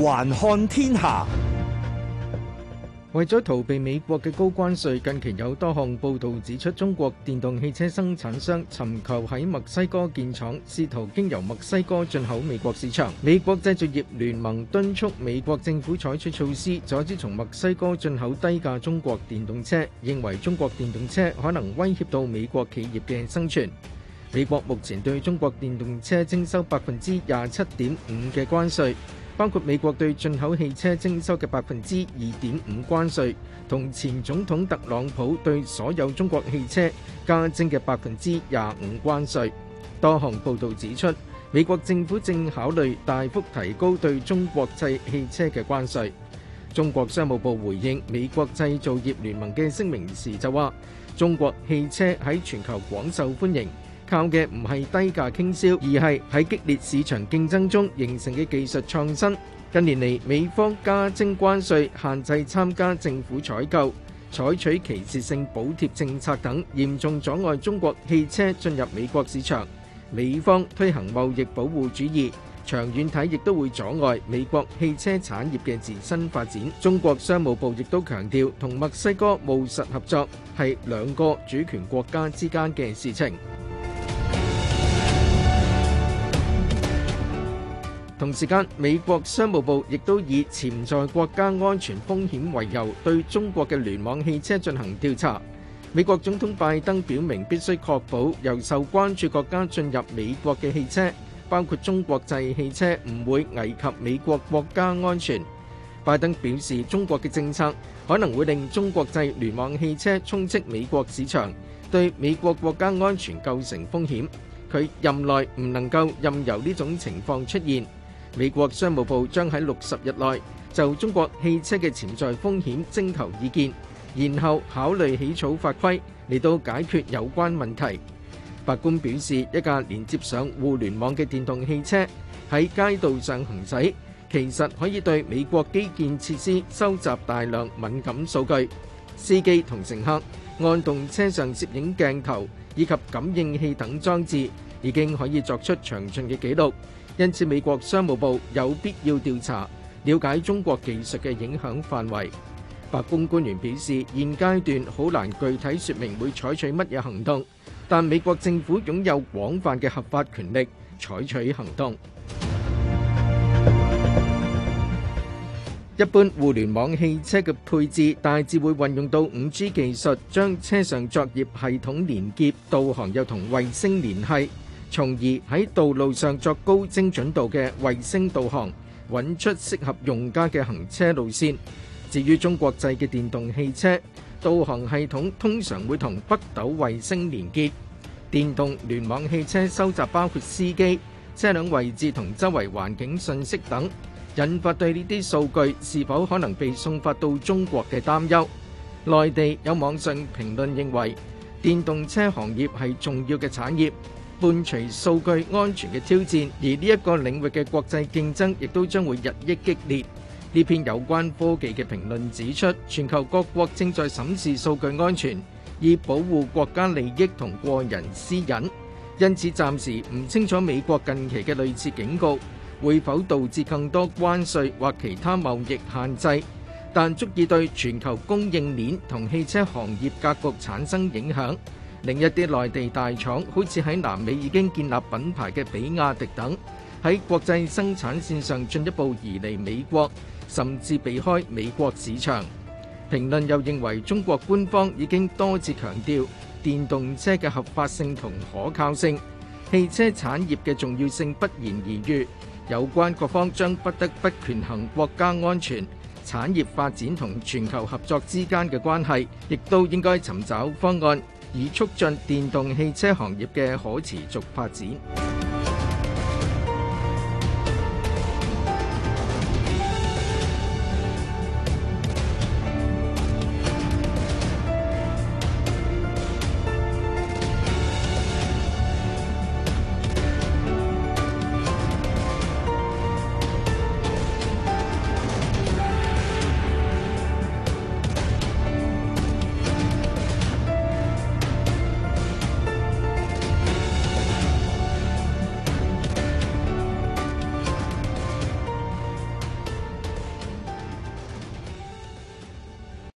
環看天下。 為咗逃避美國嘅高關稅，近期有多項報道指出，中國電動汽車生產商尋求喺墨西哥建廠，試圖經由墨西哥進口美國市場。美國製造業聯盟敦促美國政府採取措施，阻止從墨西哥進口低價中國電動車，認為中國電動車可能威脅到美國企業嘅生存。美國目前對中國電動車徵收27.5%嘅關稅，包括美國對進口汽車徵收嘅2.5%關稅，同前總統特朗普對所有中國汽車加徵嘅25%關稅。多項報導指出，美國政府正考慮大幅提高對中國製汽車嘅關稅。中國商務部回應美國製造業聯盟嘅聲明時就話，中國汽車喺全球廣受歡迎，靠嘅唔係低價傾銷，而係喺激烈市場競爭中形成嘅技術創新。近年嚟，美方加徵關稅、限制參加政府採購、採取歧視性補貼政策等，嚴重阻礙中國汽車進入美國市場。美方推行貿易保護主義，長遠睇亦都會阻礙美國汽車產業嘅自身發展。中國商務部亦都強調，同墨西哥務實合作係兩個主權國家之間嘅事情。同時間，美國商務部亦都以潛在國家安全風險為由，對中國嘅聯網汽車進行調查。美國總統拜登表明，必須確保由受關注國家進入美國嘅汽車，包括中國製汽車，唔會危及美國國家安全。拜登表示，中國嘅政策可能會令中國製聯網汽車充斥美國市場，對美國國家安全構成風險。佢任內唔能夠任由呢種情況出現。美國商務部將喺60日內就中國汽車嘅潛在風險徵求意見，然後考慮起草法規嚟到解決有關問題。白宮表示，一架連接上互聯網嘅電動汽車喺街道上行駛，其實可以對美國基建設施收集大量敏感數據。司機同乘客按動車上攝影鏡頭以及感應器等裝置，已經可以作出詳盡嘅記錄。因此，美國商務部有必要調查，了解中國技術嘅影響範圍。白宮官員表示，現階段好難具體說明會採取乜嘢行動，但美國政府擁有廣泛嘅合法權力採取行動。一般互聯網汽車嘅配置大致會運用到5G 技術，將車上作業系統連結，導航又同衛星聯繫，從而喺道路上作高精準度嘅衛星導航，揾出適合用家嘅行車路線。至於中國製嘅電動汽車，導航系統通常會同北斗衛星連結。電動聯網汽車收集包括司機、車輛位置同周圍環境信息等，引發對呢啲數據是否可能被送發到中國嘅擔憂。內地有網上評論認為，電動車行業係重要嘅產業，伴隨數據安全嘅挑戰，而呢一個領域嘅國際競爭亦都將會日益激烈。呢篇有關科技嘅評論指出，全球各國正在審視數據安全，以保護國家利益同個人私隱。因此暫時唔清楚美國近期嘅類似警告會否導致更多關稅或其他貿易限制，但足以對全球供應鏈同汽車行業格局產生影響。另一啲內地大廠，好似喺南美已經建立品牌嘅比亞迪等，喺國際生產線上進一步移離美國，甚至避開美國市場。評論又認為，中國官方已經多次強調電動車嘅合法性同可靠性，汽車產業嘅重要性不言而喻。有關各方將不得不權衡國家安全、產業發展同全球合作之間嘅關係，亦都應該尋找方案，以促進電動汽車行業嘅可持續發展。